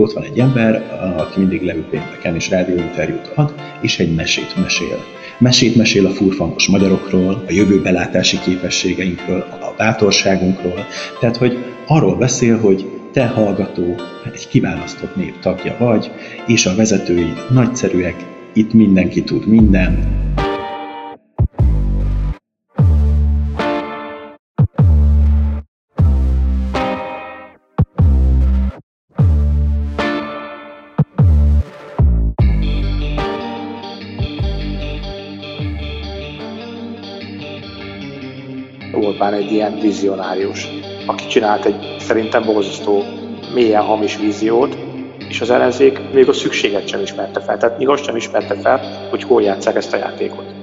ott van egy ember, aki mindig leül pénteken és rádióinterjút ad, és egy mesét mesél. Mesét mesél a furfangos magyarokról, a jövőbelátási képességeinkről, a bátorságunkról, tehát hogy arról beszél, hogy te hallgató egy kiválasztott nép tagja vagy, és a vezetőid nagyszerűek, itt mindenki tud mindent. Orbán egy ilyen vizionárius, aki csinált egy szerintem borzasztó, mélyen hamis víziót, és az ellenzék még a szükséget sem ismerte fel. Tehát még azt sem ismerte fel, hogy hol játsszák ezt a játékot.